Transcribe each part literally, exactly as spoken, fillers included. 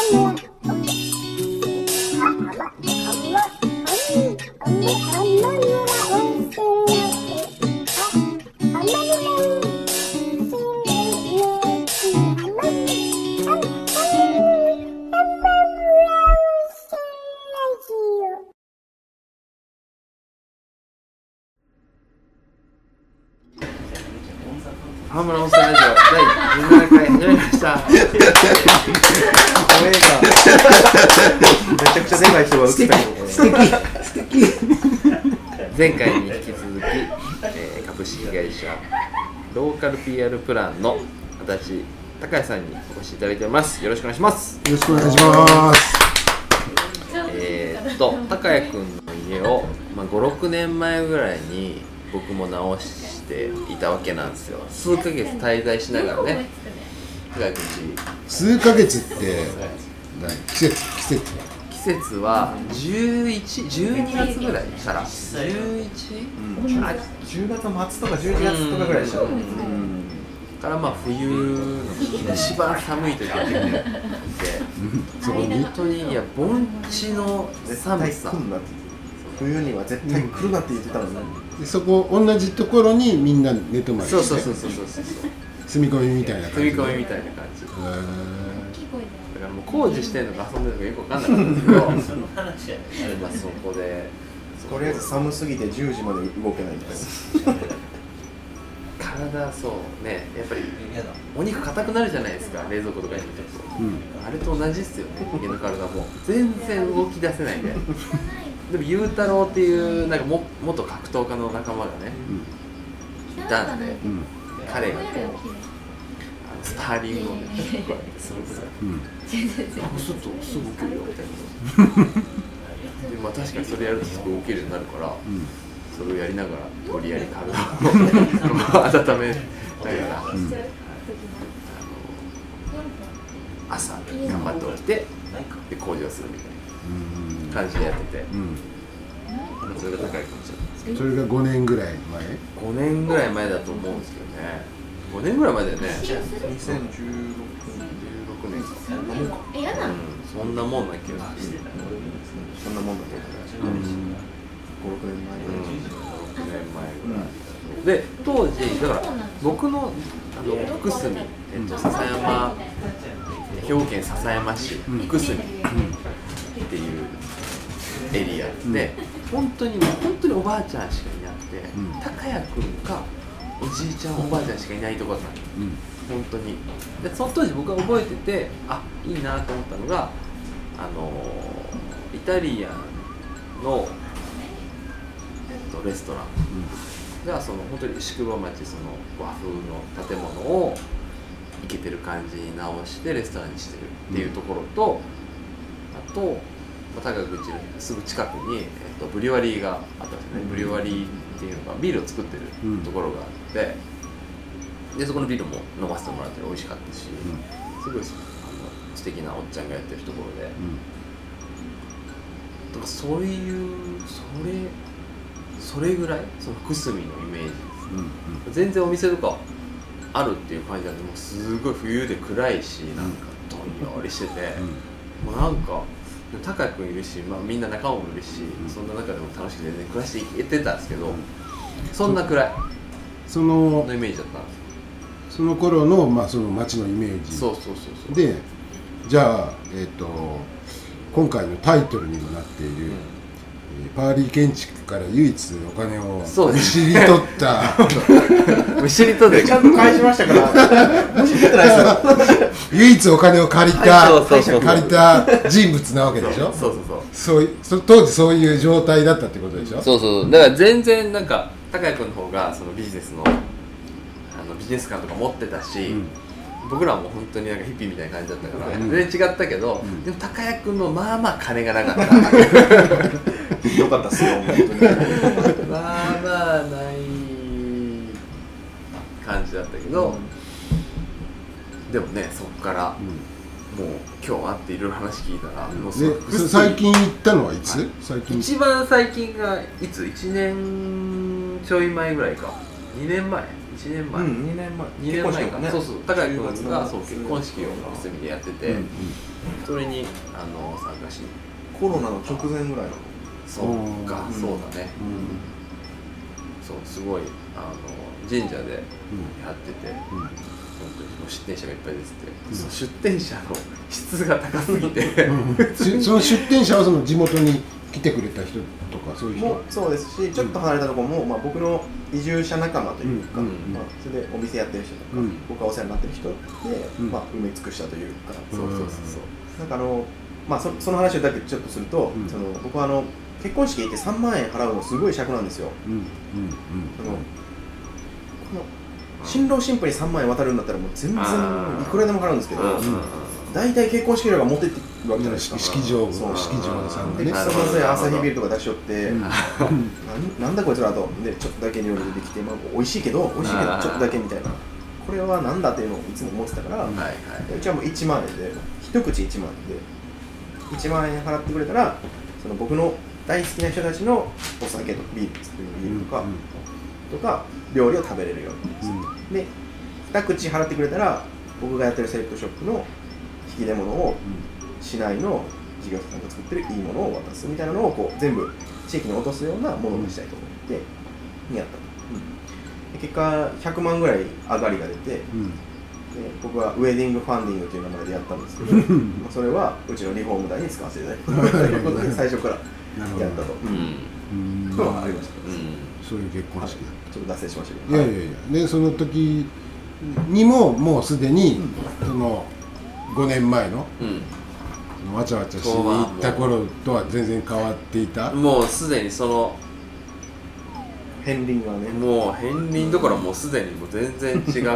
浜村温泉ラジオだいじゅうななかい始まりました。めちゃくちゃでかい人が映ったけど、素敵素敵。前回に引き続き、えー、株式会社ローカル ピーアール プランの足立孝也さんにお越しいただいております。よろしくお願いします。 よろしくお願いします。 えーっと孝也くんの家を、まあ、ごろくねんまえぐらいに僕も直していたわけなんですよ。数ヶ月滞在しながらね。 数ヶ月って何？季節季節季節はじゅういち、じゅうにがつぐらいからじゅういち、うん、あじゅうがつまつとかじゅうにがつとかぐらいでした。うん、 からまあ冬の一番寒い時が出てきて、そこに本当にいや盆地の寒さ。 冬には絶対来るなって言ってたのに、 でそこ同じところにみんな寝泊まりして、 そうそうそうそうそう住み込みみたいな感じ、 住み込みみたいな感じ。だからもう工事してんのか遊んでるのかよく分かんなかったんですけど、まあそこでとりあえず寒すぎてじゅうじまで動けないみたいな。 体そうね、やっぱりお肉硬くなるじゃないですか、冷蔵庫とかに入れてると、うん、あれと同じっすよね、人間の体も全然動き出せないで。でも、ゆうたろうっていうなんかも元格闘家の仲間がね、うん、いたんで、うん、彼がこうあのスターリングをね、こうやってするんですよ。うん、そうするとすぐ動けるよみたいな。で、まあ確かにそれやるとすぐ動けるようになるから、うん、それをやりながら無理やり体を温めながら、うん、あの朝頑張って起きてで工事をするみたいな感じでやってて、うん、それが高いかもしれない。 それがごねんぐらい前？ ごねんぐらい前だと思うんですけどね。ごねんぐらい前だよね。 にせんじゅうろくねんか。そんなもんか。 うん、そんなもんな気がして。 そんなもんだと思う。ご、ろくねんまえ。 ろくねんまえぐらい。で、当時だから僕のあの福住、えっと篠山、兵庫県篠山市福住っていうエリアで、本当に本当におばあちゃんしかいなくて、孝也くんかおじいちゃんおばあちゃんしかいないところだったの、うん、本当に。でその当時僕が覚えてて、あ、いいなと思ったのが、あのイタリアンの、えっと、レストランが、その本当に宿場町、その和風の建物をイケてる感じに直してレストランにしてるっていうところと、あと高口のすぐ近くに、えっと、ブリュワリーがあったんですよね。ブリュワリーっていうのがビールを作ってるところがあって、うん、でそこのビールも飲ませてもらって美味しかったし、うん、すごいあの素敵なおっちゃんがやってるところで、うん、だからそういうそれそれぐらいその福住のイメージです、うんうん、全然お店とかあるっていう感じなんで、もうすごい冬で暗いし、なんかどんよりしてて、うん、もうなんか孝也くんいるし、まあ、みんな仲間もいるし、うん、そんな中でも楽しく全然暮らしていけてたんですけど、うん、そんなくらいそのイメージだったんです。 その頃の、まあ、その街のイメージそうそうそうそうで、じゃあ、えーと、今回のタイトルにもなっている、うん、パーリー建築から唯一お金をむしり取ったむしり取ってちゃんと返しましたからむしり取ってないですよ唯一お金を借りた借りた人物なわけでしょ。 そうそうそうそうそ当時そういう状態だったってことでしょ。 そうそう、だから全然なんか孝也君の方がそのビジネスの、あのビジネス感とか持ってたし、うん、僕らも本当になんかヒッピーみたいな感じだったから、うん、全然違ったけど、うん、でも孝也君のまあまあ金がなかったよかったっすよ、本当にまあまあない感じだったけど、うん、でもね、そこから、うん、もう今日会っていろいろ話聞いたら、うん、もうで最近行ったのはいつ？最近一番最近がいついちねんちょい前ぐらいか。 にねんまえいちねんまえ、 うん、にねんまえにねんまえか、 ね、 そうそう高井君がそう結婚式を福住でやってて、 うんうん、 それにあの参加しコロナの直前ぐらいのそうか、 うん、 そうだね、うん、そうすごいあの神社でやってて、うん、本当にもう出店者がいっぱいですって、うん、その出店者の質が高すぎて、 うん、その出店者はその地元に来てくれた人とかそういう人もそうですし、ちょっと離れたところも、まあ、僕の移住者仲間というか、 うんまあ、それでお店やってる人とか、うん、僕がお世話になってる人で、うん、まあ、埋め尽くしたというか、 そうそうそうそうなんかあの、まあ、そ, その話をだけちょっとすると、うん、その僕はあの結婚式行ってさんまんえん払うのすごい尺なんですよ。うんうんうん、あのこの新郎新婦にさんまんえん渡るんだったらもう全然いくらでも払うんですけど、大体結婚式料が持ってってるわけじゃないですか。 式場式場さんで、そこで朝日ビールとか出しよって、うん、な, なんだこいつらとでちょっとだけ料理出てきて、まあ、美味しいけど美味しいけどちょっとだけみたいな、これはなんだっていうのをいつも思ってたから、はいはい、うちはもういちまんえんで一口いちまんえんでいちまんえん払ってくれたら、その僕の大好きな人たちのお酒とビールビールとか、うん、とか料理を食べれるようにです、うん、でに口払ってくれたら僕がやってるセレクトショップの引き出物を市内の事業者さんが作ってるいいものを渡すみたいなのをこう全部地域に落とすようなものにしたいと思ってやったと、うん、結果ひゃくまんぐらい上がりが出て、うん、で僕はウェディングファンディングという名前でやったんですけどまあそれはうちのリフォーム代に使わせていただくということで最初からやったというのがありました、うん、 そういう結婚式だちょっと脱線しましたけど、 いやいやいや、でその時にももうすでに、うん、そのごねんまえの、うん、わちゃわちゃしに行った頃とは全然変わっていた。 もうすでにその片鱗がね、 もう片鱗どころもうすでにもう全然違くて、うん、だ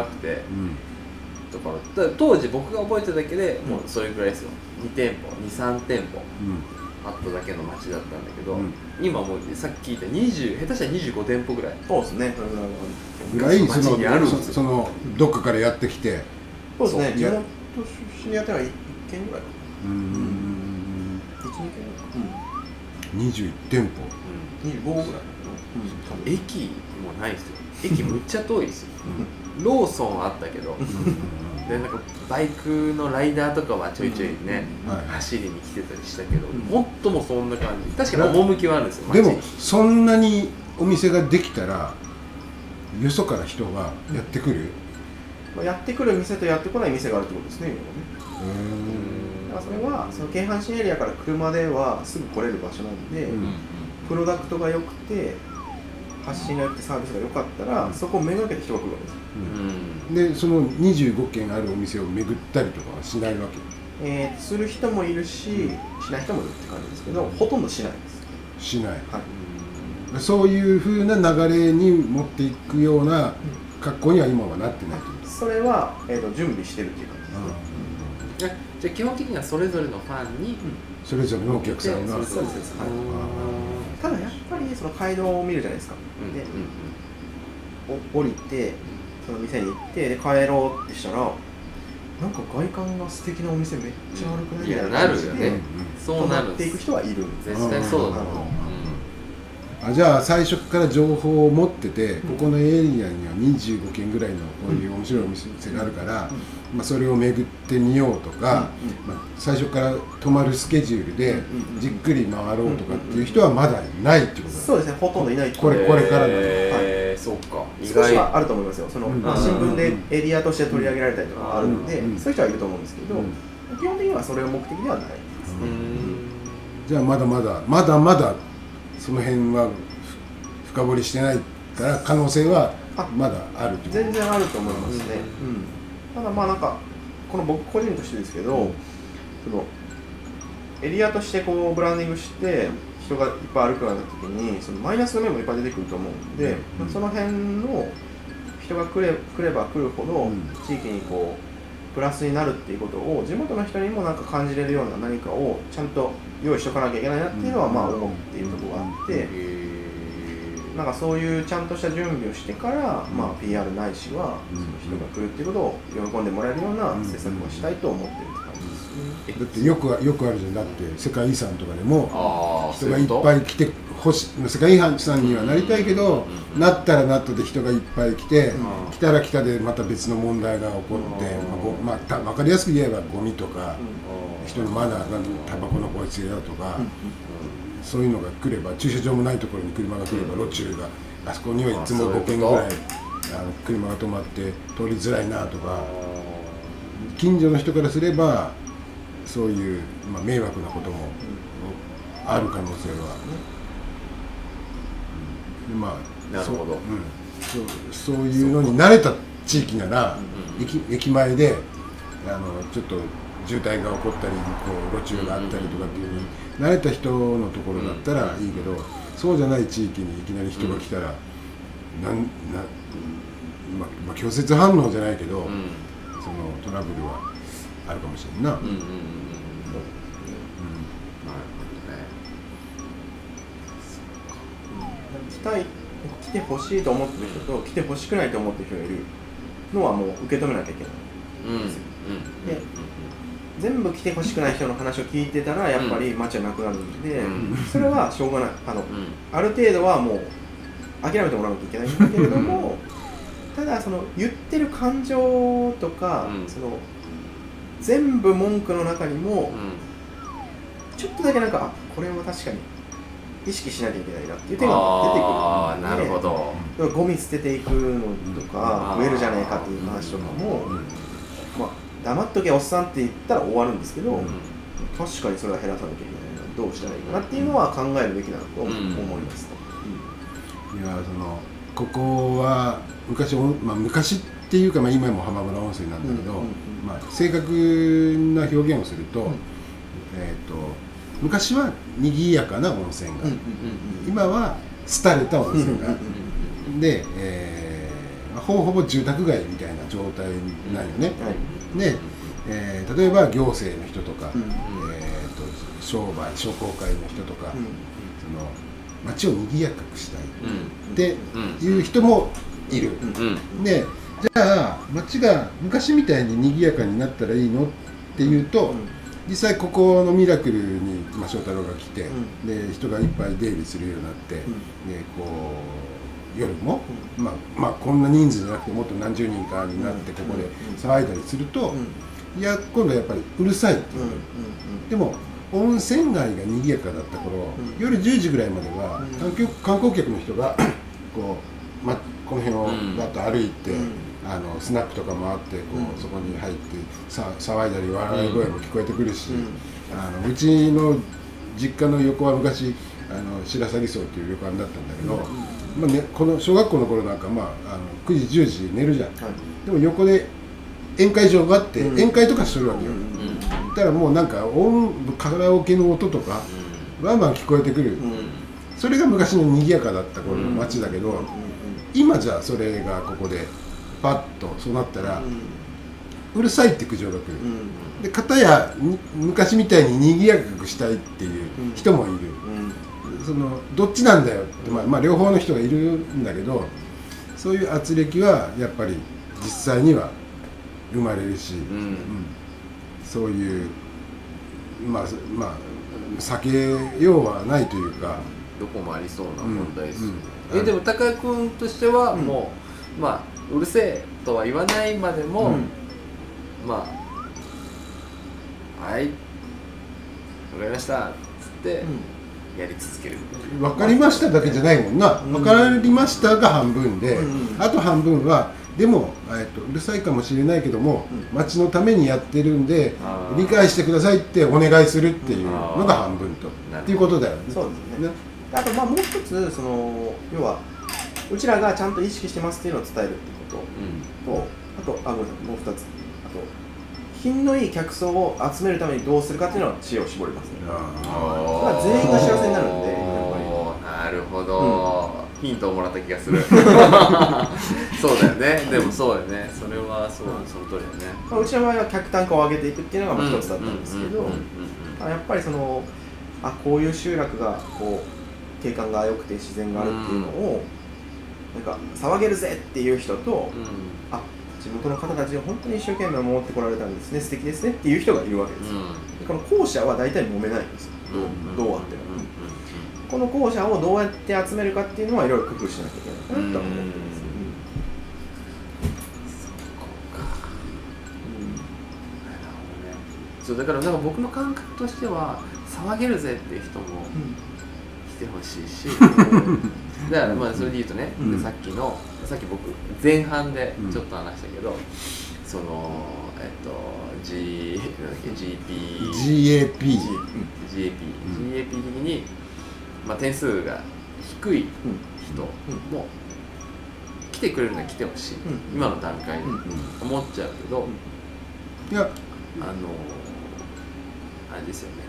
から当時僕が覚えてるだけでもうそれぐらいですよ、に店舗にさん店舗、うんあっただけの街だったんだけど、うん、今もうさっき聞いたにじゅう下手したらにじゅうご店舗ぐらいそうですねぐらいそのそそのどっかからやってきてそうですね地元出身でやったらいっけんぐらいうんうんいち、にけんうんにじゅういち店舗、 うん、にじゅうごぐらい、 うん、駅もないですよ駅むっちゃ遠いですよ、うん、ローソンあったけどでなんかバイクのライダーとかはちょいちょいね、うんはい、走りに来てたりしたけど、うん、もっともそんな感じ確かに趣はあるんですよでもそんなにお店ができたらよそから人がやってくる、 うん、やってくる店とやってこない店があるってことですね今はねうんだからそれはその京阪神エリアから車ではすぐ来れる場所なんで、うん、プロダクトが良くて発信が良くてサービスが良かったら、うん、そこをめがけて人が来るわけですよ、 うん、でそのにじゅうごけんあるお店を巡ったりとかはしないわけ、 えー、する人もいるし、うん、しない人もいるって感じですけど、うん、ほとんどしないですしない、はい、そういう風な流れに持っていくような格好には今はなってないという、 それは、えー、と準備してるっていう感じですね、 うん、じゃあ基本的にはそれぞれのファンに、うん、 それぞれのお客さんがそうですそうです、はい、ただやっぱりその街道を見るじゃないですか、うん、で、うん、降りてその店に行ってで帰ろうってしたらなんか外観が素敵なお店めっちゃ悪くないみたいな感じで、うん、なるよね、そうなるっていく人はいる絶対そうだと思う、 あじゃあ最初から情報を持ってて、うん、ここのエリアにはにじゅうごけんぐらいのこういう面白いお店があるから、うん、まあ、それを巡ってみようとか、うん、まあ、最初から泊まるスケジュールでじっくり回ろうとかっていう人はまだないってことだ、 そうですね、ほとんどいないこれこれからなの、 えー、はい、そうか、 意外少しはあると思いますよ、その、うん、新聞でエリアとして取り上げられたりとかあるので、うん、そういう人はいると思うんですけど、うん、基本的にはそれを目的ではないです、ね、うん、 じゃあまだまだまだまだその辺は深掘りしてないから可能性はまだあると。 全然あると思いますね、うんうん、ただまあなんかこの僕個人としてですけど、うん、そのエリアとしてこうブランディングして人がいっぱい歩くようになった時にそのマイナスの面もいっぱい出てくると思うんで、うん、その辺の人が来れ、来れば来るほど地域にこうプラスになるっていうことを地元の人にもなんか感じれるような何かをちゃんと用意しとかなきゃいけないなっていうのはまあ思っているところがあって、なんかそういうちゃんとした準備をしてから、まあ、ピーアール ないしはその人が来るっていうことを喜んでもらえるような施策をしたいと思っているって感じですね。 だってよくよくあるじゃん、だって世界遺産とかでも人がいっぱい来て星世界遺産にはなりたいけど、なったらなったで人がいっぱい来て、来たら来たでまた別の問題が起こって、まあまあ、た分かりやすく言えばゴミとか、人のマナーがタバコの声つけだとか、そういうのが来れば、駐車場もないところに車が来れば、路中があそこにはいつもごけんぐらいあの車が止まって通りづらいなとか、近所の人からすればそういう、まあ、迷惑なこともある可能性は、うん、まあなるほど、 うん、そう、そういうのに慣れた地域なら、うん、駅, 駅前であのちょっと渋滞が起こったりこう路中があったりとかっていうふうに慣れた人のところだったらいいけど、そうじゃない地域にいきなり人が来たら、うん、なんな、まあまあ、拒絶反応じゃないけど、うん、そのトラブルはあるかもしれんな。うんうんうんうん来たい、来てほしいと思ってる人と来てほしくないと思ってる人がいるのはもう受け止めなきゃいけないんですよ。うんうん、で全部来てほしくない人の話を聞いてたらやっぱり街はなくなるんで、うん、それはしょうがない。あの、うん、ある程度はもう諦めてもらわなきゃいけないんだけれども、ただその言ってる感情とか、うん、その全部文句の中にも、うん、ちょっとだけなんかこれは確かに意識しなきゃいけないなっていう点が出てくる。ああ、なるほど。 ゴミ捨てていくのとか増えるじゃないかっていう話とかも、うん、まあ黙っとけおっさんって言ったら終わるんですけど、うん、確かにそれは減らさなきゃいけないな、どうしたらいいかなっていうのは考えるべきだと思いますと。 うんうん、いやそのここは昔、まあ、昔っていうか、まあ、今も浜村温泉なんだけど、うんうんうん、まあ、正確な表現をすると、うん、えーと昔は賑やかな温泉が、うんうんうん、今は廃れた温泉が、うんうんうん、で、えー、ほぼほぼ住宅街みたいな状態なんよね。うん、で、えー、例えば行政の人とか、うんうん、えー、と商売商工会の人とか、うんうん、その街を賑やかくしたいっていう人もいる。うんうん、でじゃあ街が昔みたいに賑やかになったらいいのっていうと、うん、実際ここのミラクルに、まあ、翔太郎が来て、うん、で人がいっぱい出入りするようになって、うん、でこう夜も、うん、まあまあ、こんな人数じゃなくてもっと何十人かになってここで騒いだりすると、うん、いや今度はやっぱりうるさいっていう、うんうんうん、でも温泉街が賑やかだった頃、うん、夜じゅうじぐらいまでは、うん、観光客の人がこう、ま、この辺をバッと歩いて、うん、あのスナックとかもあってこう、うん、そこに入ってさ騒いだり笑い声も聞こえてくるし、うん、あのうちの実家の横は昔あの白鷺荘っていう旅館だったんだけど、うんまあね、この小学校の頃なんか、まあ、あのくじじゅうじ寝るじゃん、はい、でも横で宴会場があって、うん、宴会とかするわけよ、うん、だからもうなんか音カラオケの音とか、うん、バンバン聞こえてくる、うん、それが昔の賑やかだった頃の街だけど、うん、今じゃそれがここでパッとそうなったら、うん、うるさいって苦情が来る、うん、で片や昔みたいに賑やかくしたいっていう人もいる、うん、そのどっちなんだよって、まあ、まあ両方の人がいるんだけど、そういう圧力はやっぱり実際には生まれるし、うんうん、そういうまあまあ避けようはないというか、 どこもありそうな問題ですよね。うんうん、えでも高井君としてはもう、うん、まあうるせえとは言わないまでも、うん、まあはいわかりましたっつってやり続ける。 わかりましただけじゃないもんな。わかりましたが半分で、うん、あと半分はでも、えっと、うるさいかもしれないけども、うん、町のためにやってるんで理解してくださいってお願いするっていうのが半分とっていうことだよね。 そうですね。あとまあもう一つその要はうちらがちゃんと意識してますっていうのを伝えるっていうことと、うん、あとあごめんなさいもう二つ、あと品のいい客層を集めるためにどうするかっていうのは知恵を絞りますね。あ全員が幸せになるんで、やっぱり。 なるほど、うん、ヒントをもらった気がする。そうだよね。でもそうだよね。それはそう、うん、その通りだよね。 まあ、うちの場合は客単価を上げていくっていうのが一つだったんですけど、やっぱりそのあこういう集落がこう景観が良くて自然があるっていうのを、うん、なんか騒げるぜっていう人と、うん、あ地元の方たちが本当に一生懸命守ってこられたんですね、素敵ですねっていう人がいるわけですよ。うん、この後者は大体揉めないんですよ。どう、どうあっても。 この候補者をどうやって集めるかっていうのはいろいろ工夫しなきゃいけないかなとは思ってます。 そうだからなんか僕の感覚としては騒げるぜっていう人も来てほしいし、だからまあそれで言うとね、うん、さっきのさっき僕前半でちょっと話したけど、うん、そのえっと G なんだっけ ジーピージーエーピージーエーピー ジーエーピー 的にまあ点数が低い人も来てくれるのは来てほしい、うん、今の段階で思っちゃうけど、 いやあのあれですよね。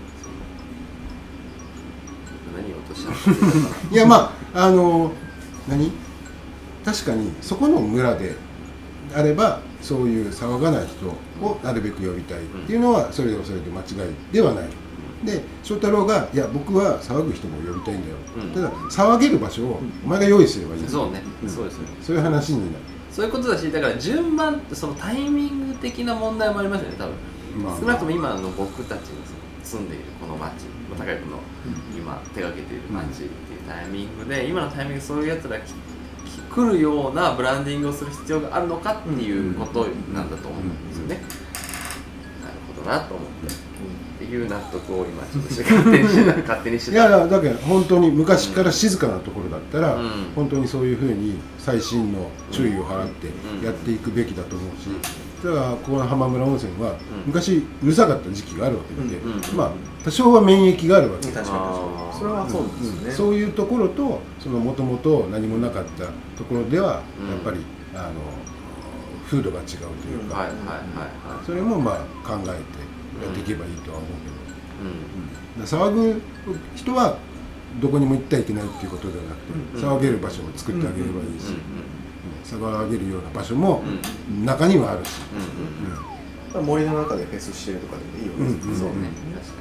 何を落としちゃったのかな。 いやまああの何確かにそこの村であればそういう騒がない人をなるべく呼びたいっていうのはそれはそれで間違いではない。で翔太郎がいや僕は騒ぐ人も呼びたいんだよ。うん、ただ騒げる場所をお前が用意すればいい。 そうね。そうですよね。 そういう話になる。 そういうことだし、だから順番そのタイミング的な問題もありますよね多分。まあ、少なくとも今の僕たちの住んでいるこの町、高井君の今手がけている町っていうタイミングで、今のタイミングでそういうやつら来るようなブランディングをする必要があるのかっていうことなんだと思うんですよね。なるほどなと思って、っていう納得を今ちょっとして勝手にしてた勝手にしてた。 いやだけど本当に昔から静かなところだったら、うん、本当にそういうふうに細心の注意を払ってやっていくべきだと思うし、だからここの浜村温泉は昔うるさかった時期があるわけで、うんうん、まあ多少は免疫があるわけで、 確かにそれはそうですね、 うん、そういうところとそのもともと何もなかったところではやっぱり、うん、あの風土が違うというか、それもまあ考えてやっていけばいいとは思うけど、うんうん、騒ぐ人はどこにも行ってはいけないっていうことではなくて、うん、騒げる場所を作ってあげればいいし、騒げるような場所も中にはあるし、 うんうん、森の中でフェスしてるとかでもいいよね、うんうん、そうね、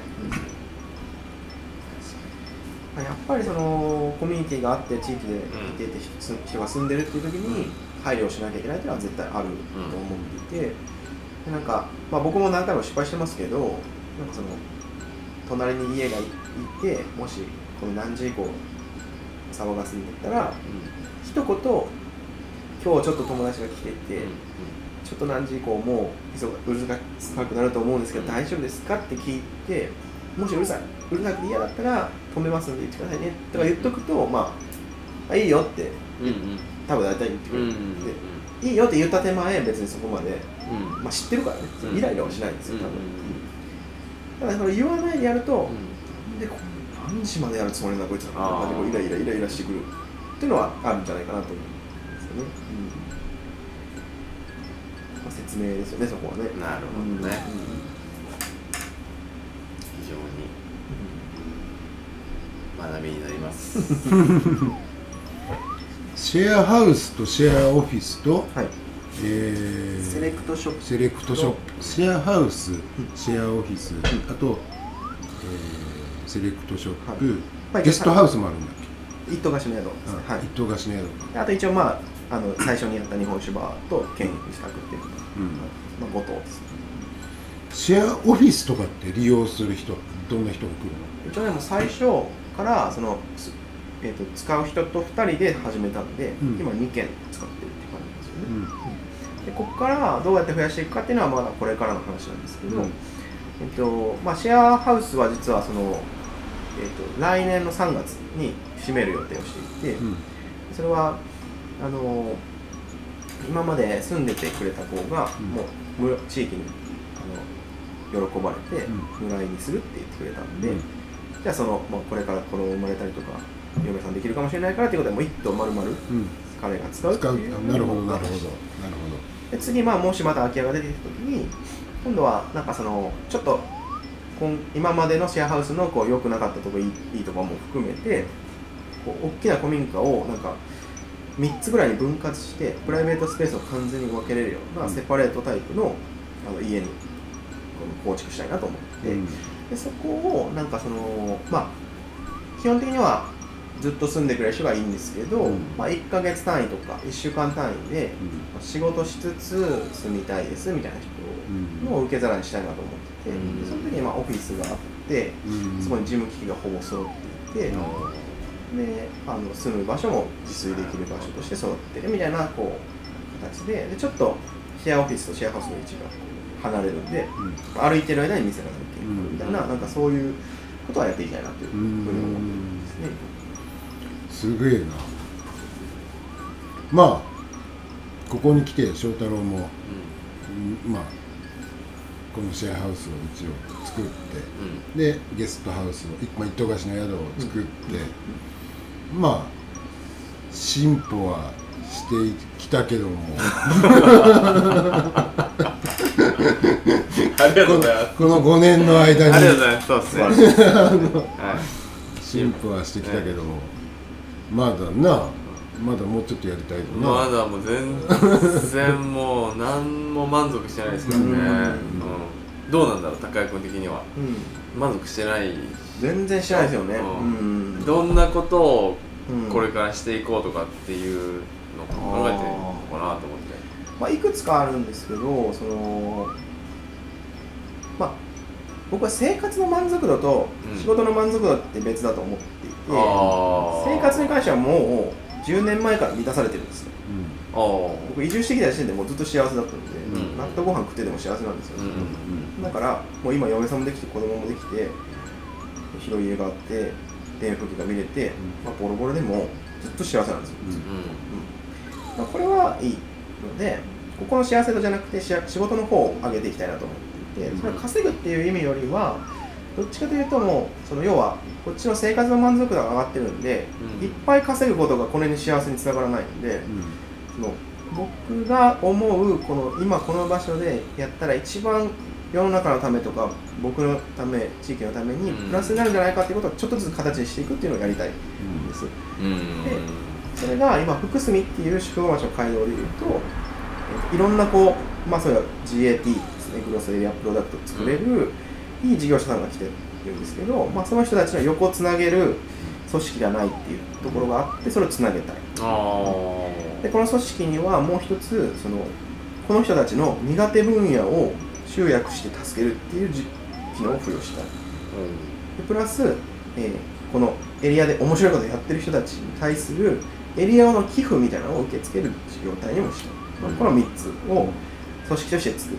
うん、やっぱりそのコミュニティがあって地域でいてて人が住んでるっていう時に配慮をしなきゃいけないっていうのは絶対あると思っていて、でなんか、まあ、僕も何回も失敗してますけど、なんかその隣に家がいて、もしこの何時以降騒がすんだったら、うん、一言今日ちょっと友達が来ていて、うんうん、ちょっと何時以降もうるさくなると思うんですけど、うん、大丈夫ですかって聞いて、もしうるさいうるさくて嫌だったら止めますんで言ってくださいねとか言っとくと、まあいいよって、うんうん、多分大体言ってくれる、うんうん、でいいよって言った手前別にそこまで、うん、まあ知ってるからね、イライラはしないんですよ多分、うんうん、ただそれ言わないでやると、うん、で何時までやるつもりなこいつらなんかイライライライラしてくるっていうのはあるんじゃないかなと思う。ね、うん、まあ、説明ですよね、そこはね。 なるほどね、うん、非常に学びになりますシェアハウスとシェアオフィスと、はい、 えー、セレクトショップセレクトショップシェアハウス、シェアオフィス、うん、あと、えー、セレクトショップ、はい、ゲストハウスもあるんだっけ、 一棟貸しの宿です、 はい、一棟貸しの宿、 あと一応まああの最初にやった日本酒バーと兼自宅っていうのが、うん、まあ、ご棟ですね。 シェアオフィスとかって利用する人どんな人が来るの？ 一応でも最初からその、えー、と使う人とふたりで始めたんで、うん、今にけん使ってるって感じですよね、うん、でここからどうやって増やしていくかっていうのはまだこれからの話なんですけど、うん、えーとまあ、シェアハウスは実はその、えー、と来年のさんがつに閉める予定をしていて、うん、それはあの今まで住んでてくれた子が、うん、もう村地域にあの喜ばれて、うん、村井にするって言ってくれたんで、うん、じゃあその、まあ、これから子供生まれたりとか嫁さんできるかもしれないからっていうことでもう一棟丸々、うん、彼が使うっていう使うなるほどなるほどなるほど。 で次、まあ、もしまた空き家が出てきた時に今度はなんかそのちょっと今までのシェアハウスのこう良くなかったところいい、いいところも含めてこう大きな古民家をなんかみっつぐらいに分割してプライベートスペースを完全に分けれるようなセパレートタイプの、あの家に構築したいなと思って、うん、でそこをなんかそのまあ基本的にはずっと住んでくれる人がいいんですけど、うん、まあ、いっかげつ単位とかいっしゅうかん単位で、うん、仕事しつつ住みたいですみたいな人の受け皿にしたいなと思ってて、うん、でその時にまあオフィスがあって、うん、そこに事務機器がほぼ揃っていて、であの住む場所も自炊できる場所として育ってるみたいなこう形で、でちょっとシェアオフィスとシェアハウスの位置が離れるんで、うん、歩いてる間に店ができるみたいな、うん、なんかそういうことはやっていきたいなというふうに思ってますね。 すげえな。まあここに来て翔太郎も、うん、まあこのシェアハウスを一応作って、うん、でゲストハウスを、まあ、一棟貸しの宿を作って、うん、まあ進歩はしてきたけどもありがとうございます。 このごねんの間にありがとうございます。そうですねはい、進歩はしてきたけども、まだなまだもうちょっとやりたいとな。 まだもう全然もう何も満足してないですからね、うんうん、どうなんだろう高井君的には、うん、満足してない。 全然してないですよね、 うんうん、どんなことをこれからしていこうとかっていうのを考えてるのかなと思って、 まあ、いくつかあるんですけど、そのまあ僕は生活の満足度と仕事の満足度って別だと思っていて、うん、生活に関してはもうじゅうねんまえから満たされてるんですよ、うん、僕移住してきた時点でもうずっと幸せだったので、うん、納豆ご飯食ってでも幸せなんですよ、うん、だからもう今嫁さんもできて子供もできて広い家があって田園風景が見れて、うんまあ、ボロボロでもずっと幸せなんですよ、うんうんまあ、これはいいのでここの幸せ度じゃなくて仕事の方を上げていきたいなと思っていて、それは稼ぐっていう意味よりはどっちかというともうその要はこっちの生活の満足度が上がってるんで、うん、いっぱい稼ぐことがこれに幸せにつながらないんで、うん、その僕が思うこの今この場所でやったら一番世の中のためとか僕のため地域のためにプラスになるんじゃないかっていうことをちょっとずつ形にしていくっていうのをやりたいんです、うん、でそれが今福住っていう宿場町の街道でいうといろんなこうまあそういう ジーエーティー ですねグロスエリアプロダクトを作れる、うんいい事業者さんが来てるんですけど、まあ、その人たちの横をつなげる組織がないっていうところがあってそれをつなげたい。あでこの組織にはもう一つそのこの人たちの苦手分野を集約して助けるっていう機能を付与したい、うん、でプラス、えー、このエリアで面白いことをやってる人たちに対するエリアの寄付みたいなのを受け付ける事業体にもしたい、うん、このみっつを組織として作って、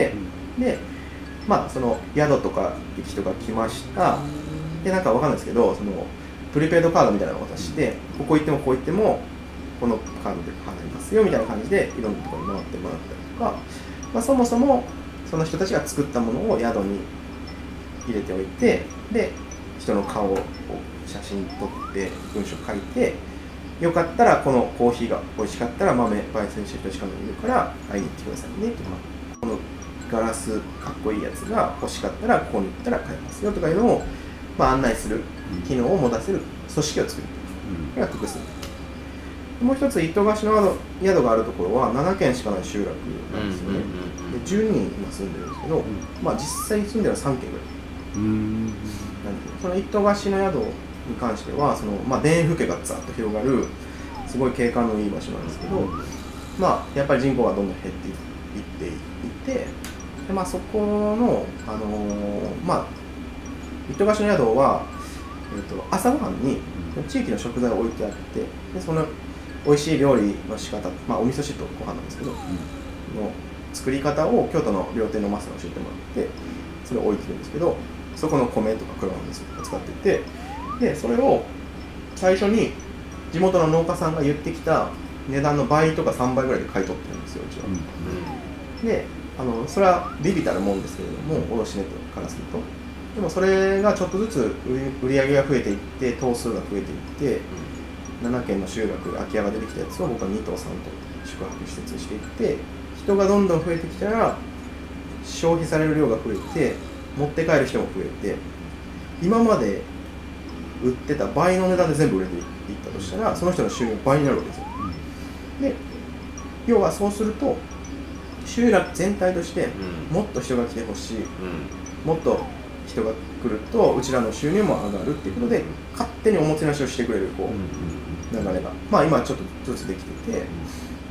うん、でまあその宿とか駅とか来ましたでなんかわかんないですけどそのプリペイドカードみたいなのを渡してここ行ってもここ行ってもこのカードで払いますよみたいな感じでいろんなところに回ってもらったりとか、まあ、そもそもその人たちが作ったものを宿に入れておいてで人の顔を写真撮って文章書いてよかったらこのコーヒーが美味しかったら豆焙煎してる人しか飲めるから会いに行ってくださいねとかこのガラスかっこいいやつが欲しかったらここに行ったら買えますよとかいうのを、まあ、案内する機能を持たせる組織を作る、うん、これが福住。もう一つ一棟貸しの宿があるところはななけんしかない集落なんですよね、うんうんうん、でじゅうにん今住んでるんですけど、うんまあ、実際に住んでるのはさんけんぐらい、うん、なんでその一棟貸しの宿に関してはその、まあ、田園風景がざっと広がるすごい景観のいい場所なんですけど、うん、まあやっぱり人口がどんどん減っていっていてでまあ、そこの、あのー、まあ一棟貸しの宿は、えー、と朝ごはんに地域の食材を置いてあってでその美味しい料理の仕方、まあ、お味噌汁とご飯なんですけど、うん、の作り方を京都の料亭のマスターに教えてもらってそれを置いてるんですけどそこの米とか黒豆を使っててでそれを最初に地元の農家さんが言ってきた値段の倍とかさんばいぐらいで買い取ってるんですようちは、うん、であのそれは微々たるもんですけれども卸値からするとでもそれがちょっとずつ売り上げが増えていって頭数が増えていって、うん、ななけんの集落空き家が出てきたやつを僕はに棟さん棟宿泊施設にしていって人がどんどん増えてきたら消費される量が増えて持って帰る人も増えて今まで売ってた倍の値段で全部売れていったとしたらその人の収入が倍になるわけですよ、うん、で要はそうすると集落全体としてもっと人が来てほしい、うん、もっと人が来るとうちらの収入も上がるっていうことで勝手におもてなしをしてくれるこう流れがまあ今ちょっとずつできてて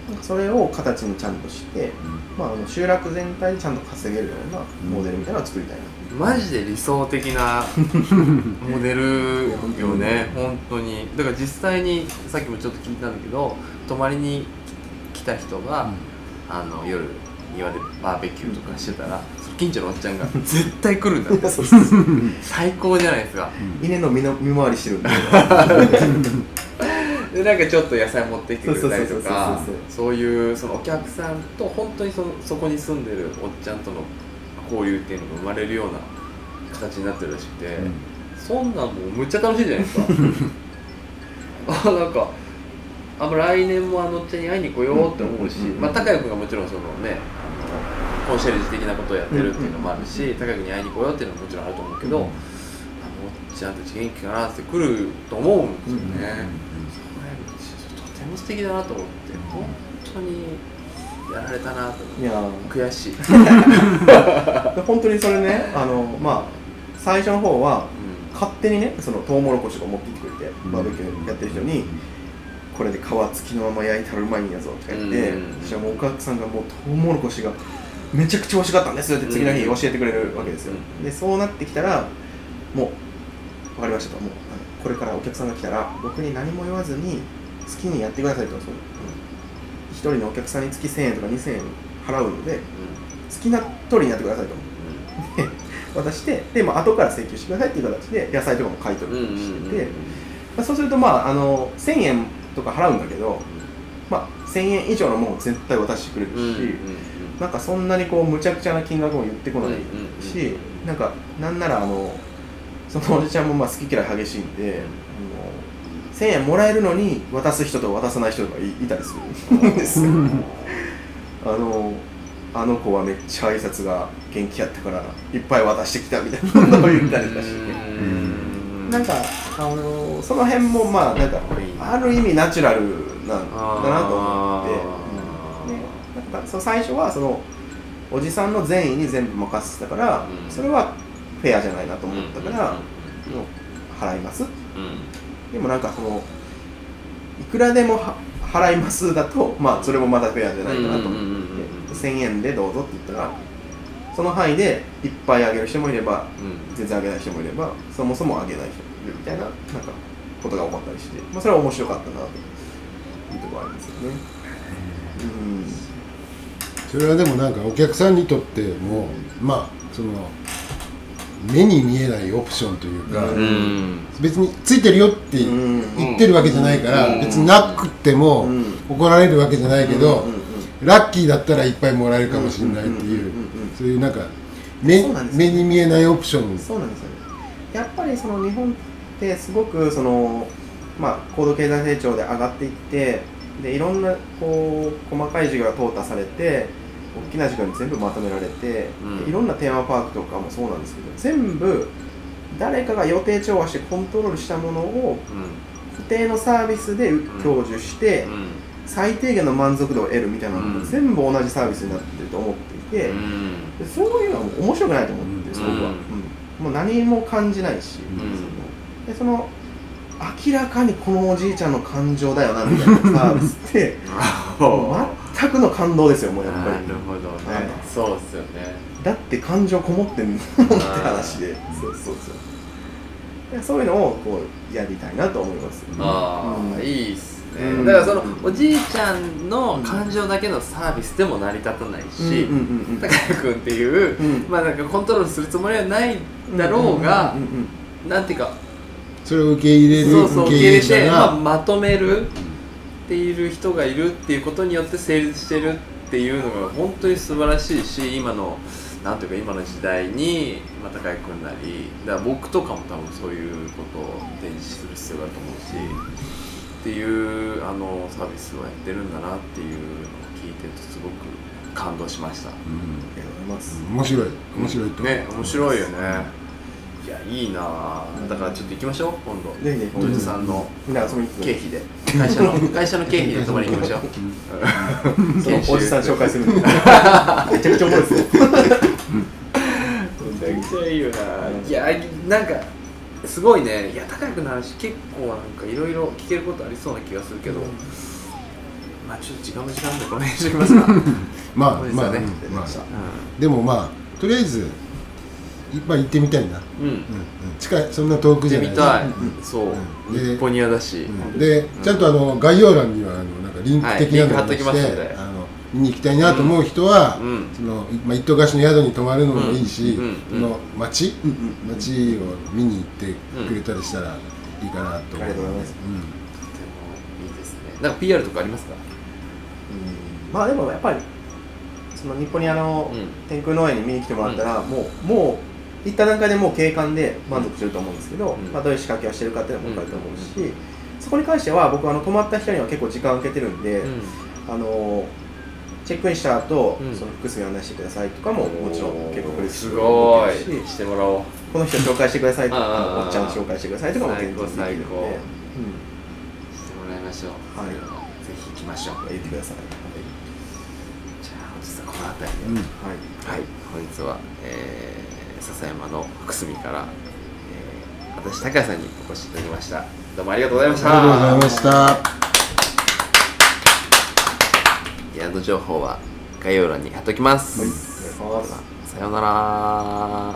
それを形にちゃんとして、まあ、あの集落全体でちゃんと稼げるようなモデルみたいなのを作りたいな。 マジで理想的なモデルよね本当に。だから実際にさっきもちょっと聞いたんだけど、泊まりに来た人が、うん、あの夜庭でバーベキューとかしてたら、近所のおっちゃんが絶対来るんだって最高じゃないですか、 うん、稲の見の見回りしてるんででなんかちょっと野菜持ってきてくれたりとか、そういうそのお客さんと本当に そ, のそこに住んでるおっちゃんとの交流っていうのが生まれるような形になってるらしくて、うん、そんなんもうむっちゃ楽しいじゃないですかあなんかあ来年もあのおっちゃんに会いに来ようって思うし、まあ高谷君がもちろんそのねコンシェルジュ的なことをやってるっていうのもあるし、高谷君に会いに来ようっていうのももちろんあると思うけど、うん、あのおっちゃんたち元気かなって来ると思うんですよね、うん、それとても素敵だなと思って、本当にやられたなと思って、いや悔しい本当にそれね、あのまあ最初の方は、うん、勝手にねそのトウモロコシとか持ってきてくれて、うん、バーベキューやってる人に、うん、これで皮付きのまま焼いたらうまいんやぞとか言って、うん、そしたらもうお客さんがもうトウモロコシがめちゃくちゃ美味しかったんですって次の日教えてくれるわけですよ、うん、でそうなってきたらもう分かりましたと、もうこれからお客さんが来たら僕に何も言わずに好きにやってくださいと、そうひとりのお客さんにつきせんえんとかにせんえん払うので、うん、好きな通りにやってくださいと、うん、渡してで、まあ後から請求してくださいっていう形で野菜とかも買い取りしてて、まあ、そうするとまああのせんえんとか払うんだけど、まあ、せんえん以上のものを絶対渡してくれるし、うんうんうん、なんかそんなにこうむちゃくちゃな金額も言ってこないし、うんうんうん、なんかなんならあのそのおじちゃんもまあ好き嫌い激しいんで、うん、せんえんもらえるのに渡す人と渡さない人が い, いたりするんですよあのあの子はめっちゃ挨拶が元気やったからいっぱい渡してきたみたいなことを言ったりとかして、なんかあのその辺もまあなんかある意味ナチュラルなんだなと思って、うん、でなんかその最初はそのおじさんの善意に全部任せてたから、うん、それはフェアじゃないなと思ったから、うん、もう払います、うん、でもなんかそのいくらでもは払いますだとまあそれもまたフェアじゃないかなと思って、せんえんでどうぞって言ったらその範囲でいっぱいあげる人もいれば、うん、全然あげない人もいればそもそもあげない人もいるみたいな、なんかことが起こったりして、まあ、それは面白かったなというところありますよね、うん、 それはでもなんかお客さんにとってもまあその目に見えないオプションというか、うん、別についてるよって言ってるわけじゃないから、うん、別になくても怒られるわけじゃないけど、うん、ラッキーだったらいっぱいもらえるかもしれないっていう、そういうなんか 目, 目に見えないオプション。 そうなんですよね。やっぱりその日本ってすごくその、まあ、高度経済成長で上がっていってでいろんなこう細かい事業が淘汰されて大きな事業に全部まとめられて、うん、いろんなテーマパークとかもそうなんですけど全部誰かが予定調和してコントロールしたものを固定のサービスで享受して、うんうん、最低限の満足度を得るみたいなのが全部同じサービスになってると思っていて、うん、でそういうのはもう面白くないと思ってるんです、僕は、うん、もう何も感じないし、うん、でその明らかにこのおじいちゃんの感情だよなみたいなサービスって全くの感動ですよ、もうやっぱり。なるほど、はい、そうですよね。 だって感情こもってんのって話で、そうそうそう。そういうのをこうやりたいなと思います。 ああ、うん、いいっすね、うん。だからそのおじいちゃんの感情だけのサービスでも成り立たないし、高谷君っていう、うん、まあなんかコントロールするつもりはないだろうが、なんていうか。 それを受け入れるそうそう受け入れて、まあ、まとめるっている人がいるっていうことによって成立してるっていうのが本当に素晴らしいし、今のなんていうか今の時代に、まあ、高井君なりだから僕とかも多分そういうことを提示する必要があると思うしっていうあのサービスをやってるんだなっていうのを聞いててすごく感動しました。うん、ありがとうございます。 面白い面白いとね、面白いよね。いやいいなぁ。だからちょっと行きましょう今度。ねね、ドジさんの経費で会社の会社の経費で泊まりに行きましょう。 そのおじさん紹介するんでめちゃくちゃ重いですよ。めちゃくちゃいいよな。いやなんかすごいね。いや高くなるし結構なんかいろいろ聞けることありそうな気がするけど、 まあちょっと時間も時間でこの辺にしておきますか。 まあまあ、 そうですよねうんまあでもまあとりあえずいっぱい行ってみたいな。 うん、うん、 近い、そんな遠くじゃない。 行ってみたい、そう、日本庭だし、 でちゃんとあの概要欄にはあのなんかリンク的なのをして、あの見に行きたいなと思う人は、そのまあ一棟貸しの宿に泊まるのもいいし、その街街を見に行ってくれたりしたらいいかなと。ありがとうございます。 とてもいいですね。なんか ピーアール とかありますか？ まあでもやっぱりその日本にあの天空農園に見に来てもらったら、もうもう行った段階でもう景観で満足すると思うんですけど、まあどういう仕掛けをしてるかっていうのも分かると思うし、そこに関しては僕はあの泊まった人には結構時間をかけてるんで、あのチェックインした後、その複数案内してくださいとかももちろん結構クリスすごいしてもらおう。 この人紹介してくださいとか、おっちゃん紹介してくださいとかも全然できるので、してもらいましょう。はい、ぜひ行きましょう。 言ってください。 じゃあ本日はこの辺りで、はい、本日は、えー、笹山の福住から、えー、私高谷さんにお越しいただきました。どうもありがとうございました。 ありがとうございました。 宿情報は概要欄に貼っておきます。 はい、 さようなら。